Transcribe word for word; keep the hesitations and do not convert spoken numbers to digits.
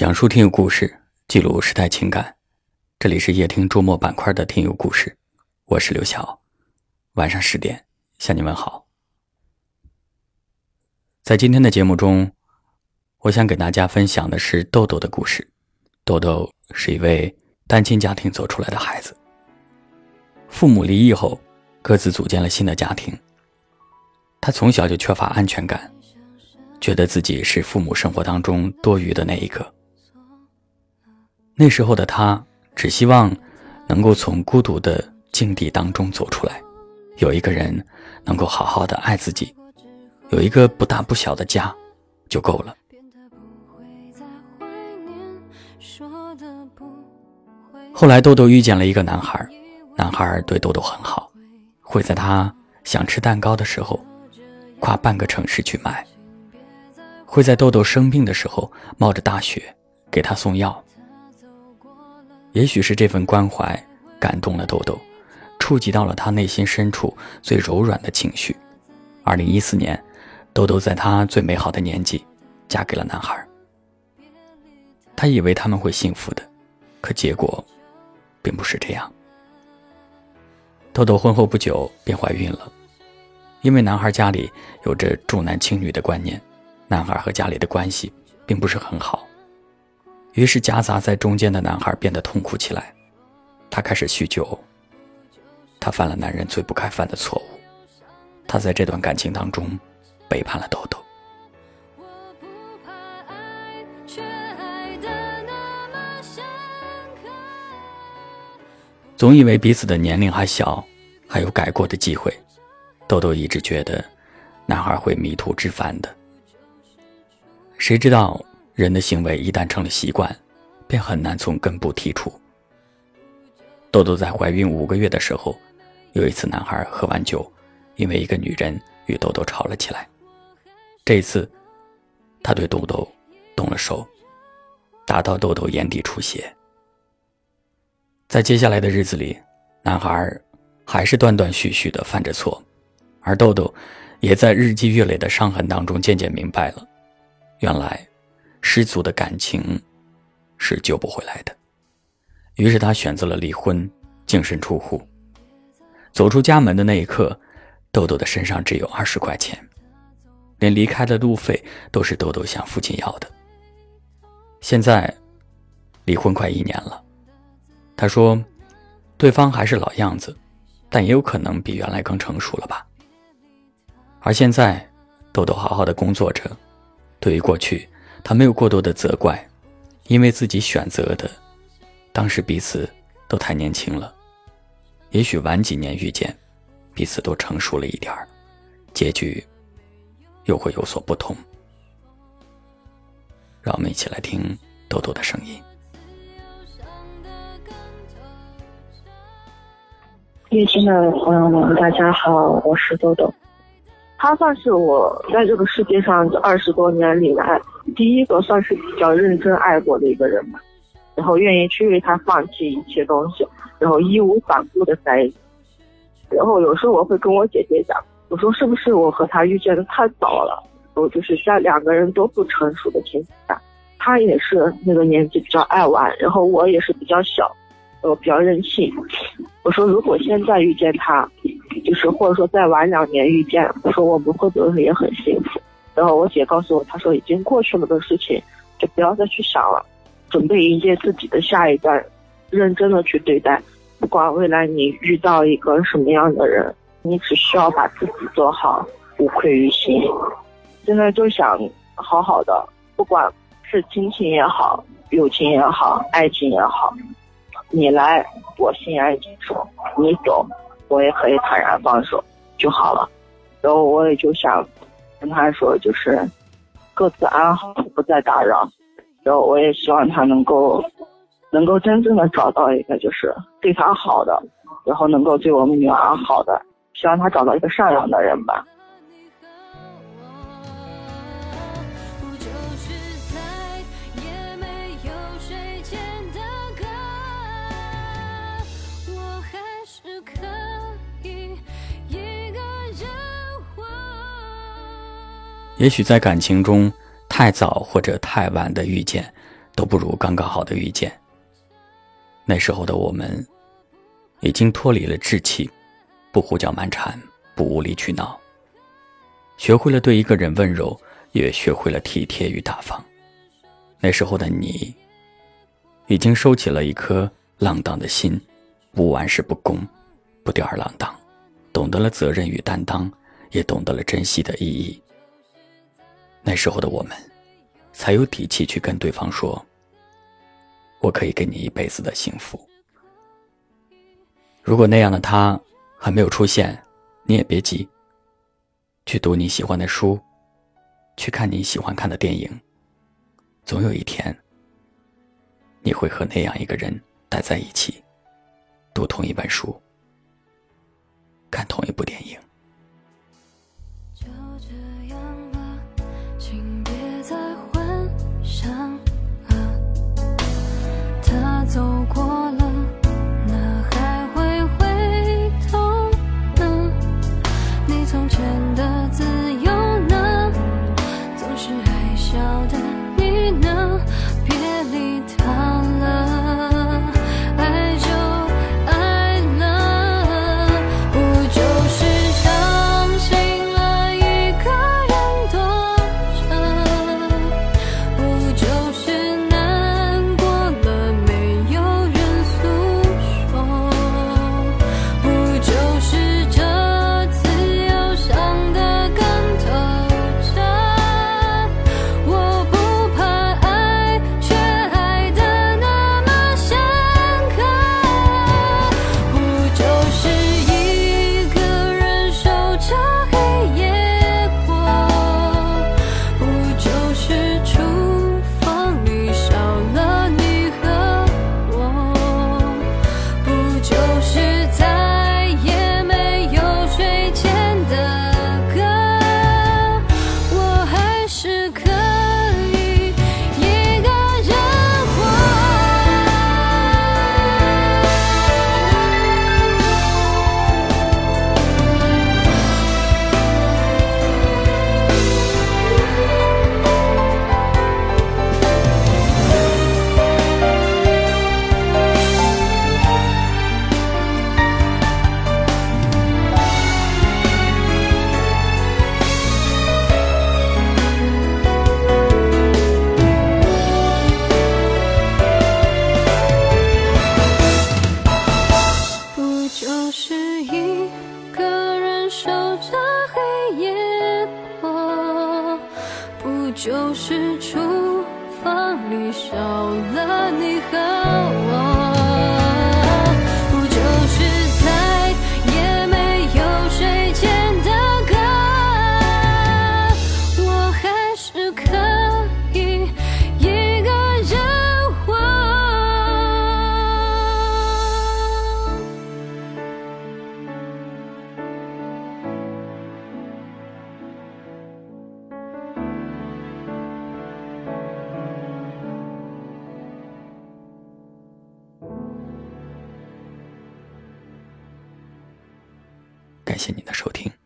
讲述听友故事，记录时代情感。这里是夜听周末板块的听友故事，我是刘晓。晚上十点向你问好。在今天的节目中，我想给大家分享的是豆豆的故事。豆豆是一位单亲家庭走出来的孩子，父母离异后各自组建了新的家庭。他从小就缺乏安全感，觉得自己是父母生活当中多余的那一个。那时候的他只希望能够从孤独的境地当中走出来，有一个人能够好好的爱自己，有一个不大不小的家就够了。后来豆豆遇见了一个男孩，男孩对豆豆很好，会在他想吃蛋糕的时候跨半个城市去买，会在豆豆生病的时候冒着大雪给他送药。也许是这份关怀感动了豆豆，触及到了他内心深处最柔软的情绪。二零一四年，豆豆在他最美好的年纪嫁给了男孩。他以为他们会幸福的，可结果并不是这样。豆豆婚后不久便怀孕了，因为男孩家里有着重男轻女的观念，男孩和家里的关系并不是很好。于是夹杂在中间的男孩变得痛苦起来，他开始酗酒，他犯了男人最不该犯的错误，他在这段感情当中背叛了豆豆。总以为彼此的年龄还小，还有改过的机会，豆豆一直觉得男孩会迷途知返的。谁知道人的行为一旦成了习惯，便很难从根部剔除。豆豆在怀孕五个月的时候，有一次男孩喝完酒，因为一个女人与豆豆吵了起来。这一次他对豆豆动了手，打到豆豆眼底出血。在接下来的日子里，男孩还是断断续续地犯着错，而豆豆也在日积月累的伤痕当中渐渐明白了，原来失足的感情是救不回来的。于是他选择了离婚，净身出户。走出家门的那一刻，豆豆的身上只有二十块钱，连离开的路费都是豆豆向父亲要的。现在离婚快一年了，他说对方还是老样子，但也有可能比原来更成熟了吧。而现在豆豆好好的工作着，对于过去他没有过多的责怪，因为自己选择的当时彼此都太年轻了，也许晚几年遇见，彼此都成熟了一点儿，结局又会有所不同。让我们一起来听豆豆的声音。 夜听的朋友们，大家好，我是豆豆。他算是我在这个世界上这二十多年里来第一个算是比较认真爱过的一个人吧，然后愿意去为他放弃一切东西，然后义无反顾的在一起。然后有时候我会跟我姐姐讲，我说是不是我和他遇见的太早了，我就是在两个人都不成熟的情况下，他也是那个年纪比较爱玩，然后我也是比较小，我比较任性。我说如果现在遇见他，就是或者说再晚两年遇见，我说我们会不会也很幸福。然后我姐告诉我，她说已经过去了的事情就不要再去想了，准备迎接自己的下一段，认真的去对待。不管未来你遇到一个什么样的人，你只需要把自己做好，无愧于心。现在就想好好的，不管是亲情也好，友情也好，爱情也好，你来我心安理得，你走我也可以坦然放手就好了。然后我也就想跟他说，就是各自安好，不再打扰。然后我也希望他能够能够真正的找到一个就是对他好的，然后能够对我们女儿好的，希望他找到一个善良的人吧。 也许在感情中太早或者太晚的遇见， 都不如刚刚好的遇见。那时候的我们已经脱离了稚气，不胡搅蛮缠，不无理取闹，学会了对一个人温柔，也学会了体贴与大方。那时候的你已经收起了一颗浪荡的心，不玩世不恭，不吊儿郎当，懂得了责任与担当，也懂得了珍惜的意义。那时候的我们才有底气去跟对方说，我可以给你一辈子的幸福。如果那样的他还没有出现，你也别急，去读你喜欢的书，去看你喜欢看的电影，总有一天你会和那样一个人待在一起，读同一本书，看同一部电影。 就这样吧，请别再幻想啊，他走过了，那还会回头呢？你从前的自由呢？总是爱笑的你呢？别理他了，爱就爱了，不就是伤心了一个人躲着，不就是难过了没有人诉说，不就是这次忧伤的感透着，我不怕爱，却爱得那么深刻，不就是一个人守着黑夜过，不就是厨房里少了你和我，不就是再也没有睡前的歌，我还是可以一个人活。不就是一个人守着黑夜过，不就是厨房里少了你和我，不就是再也没有睡前的歌，我还是可以一个人活。 感谢您的收听。